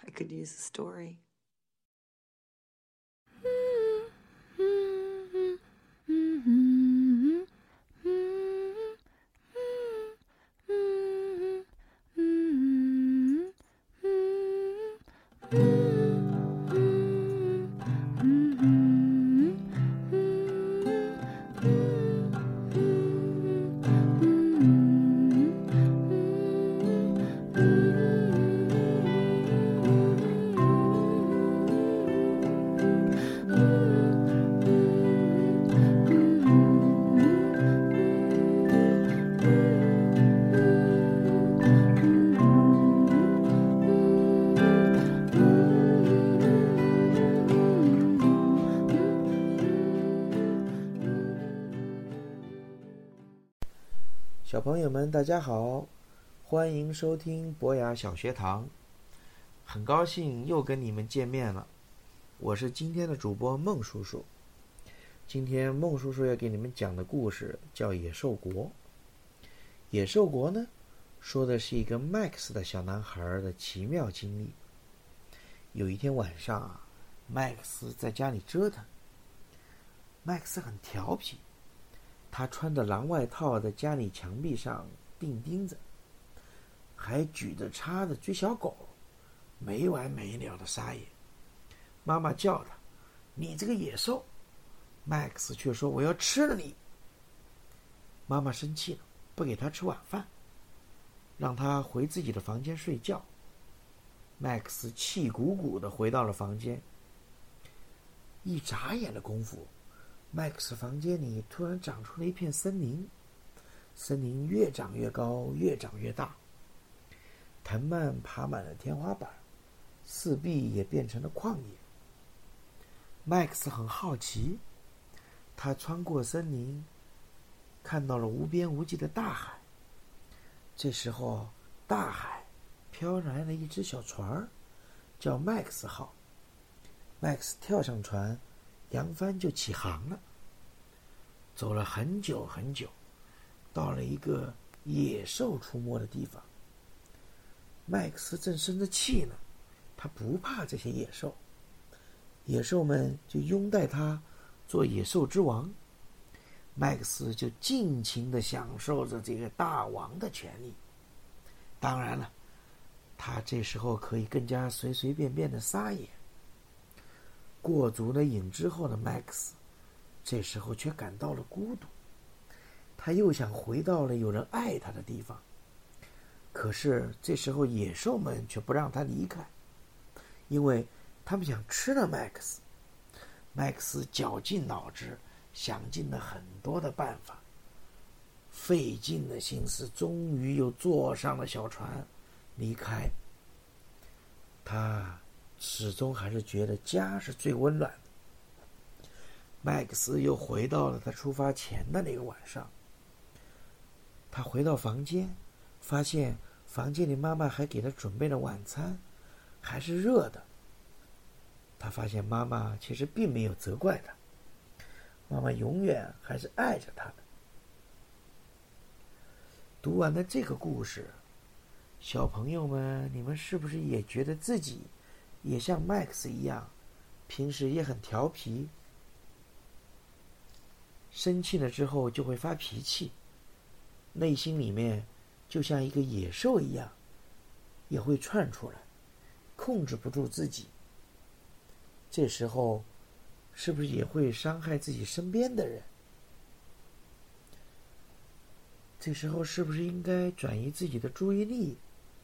I could use a story. 小朋友们大家好，欢迎收听博雅小学堂，很高兴又跟你们见面了，我是今天的主播孟叔叔。今天孟叔叔要给你们讲的故事叫野兽国。野兽国呢，说的是一个 Max 的小男孩的奇妙经历。有一天晚上Max 在家里折腾。Max 很调皮，他穿着狼外套在家里墙壁上钉钉子，还举着叉子追小狗，没完没了的撒野。妈妈叫他：“你这个野兽！” Max 却说：“我要吃了你！”妈妈生气了，不给他吃晚饭，让他回自己的房间睡觉。Max 气鼓鼓地回到了房间。一眨眼的功夫，Max 房间里突然长出了一片森林，森林越长越高，越长越大，藤蔓爬满了天花板，四壁也变成了旷野。Max 很好奇，他穿过森林，看到了无边无际的大海。这时候，大海飘来了一只小船，叫 Max 号。Max 跳上船，扬帆就起航了。走了很久很久，到了一个野兽出没的地方。Max 正生着气呢，他不怕这些野兽，野兽们就拥戴他做野兽之王。Max 就尽情地享受着这个大王的权利。当然了，他这时候可以更加随随便便地撒野。过足了瘾之后的 Max 这时候却感到了孤独，他又想回到了有人爱他的地方。可是这时候野兽们却不让他离开，因为他们想吃了 Max。 绞尽脑汁，想尽了很多的办法，费尽了心思，终于又坐上了小船离开。他始终还是觉得家是最温暖的。Max 又回到了他出发前的那个晚上。他回到房间，发现房间里妈妈还给他准备了晚餐，还是热的。他发现妈妈其实并没有责怪他，妈妈永远还是爱着他的。读完了这个故事，小朋友们，你们是不是也觉得自己也像 Max 一样，平时也很调皮，生气了之后就会发脾气，内心里面就像一个野兽一样，也会窜出来，控制不住自己。这时候是不是也会伤害自己身边的人？这时候是不是应该转移自己的注意力，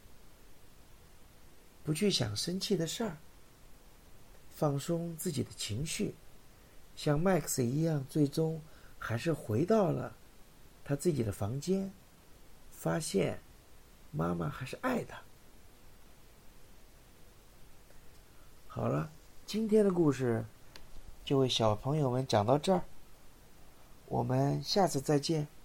不去想生气的事儿，放松自己的情绪，像 Max 一样，最终还是回到了他自己的房间，发现妈妈还是爱他。好了，今天的故事就为小朋友们讲到这儿，我们下次再见。